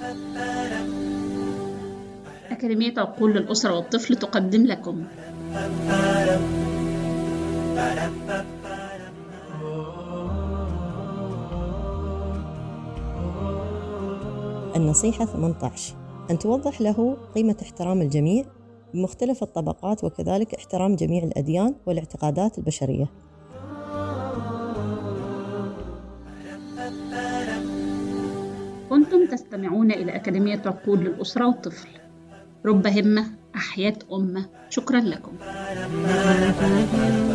أكاديمية عقول للأسرة والطفل تقدم لكم النصيحة 18: أن توضح له قيمة احترام الجميع بمختلف الطبقات، وكذلك احترام جميع الأديان والاعتقادات البشرية. كنتم تستمعون إلى أكاديمية عقول للأسرة والطفل. رب همة أحياء أمة. شكرا لكم.